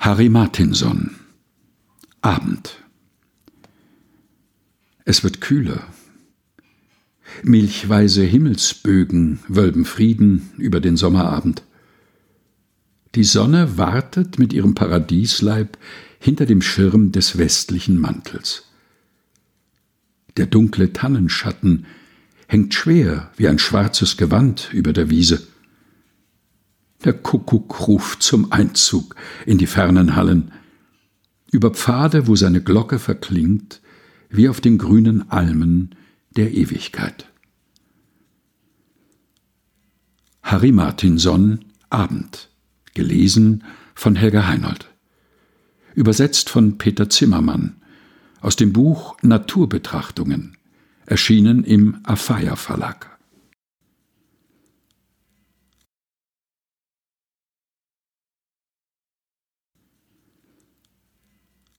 Harry Martinson. Abend. Es wird kühler. Milchweiße Himmelsbögen wölben Frieden über den Sommerabend. Die Sonne wartet mit ihrem Paradiesleib hinter dem Schirm des westlichen Mantels. Der dunkle Tannenschatten hängt schwer wie ein schwarzes Gewand über der Wiese. Der Kuckuck ruft zum Einzug in die fernen Hallen, über Pfade, wo seine Glocke verklingt, wie auf den grünen Almen der Ewigkeit. Harry Martinson. Abend. Gelesen von Helga Heinold. Übersetzt von Peter Zimmermann. Aus dem Buch Naturbetrachtungen. Erschienen im Afeier Verlag.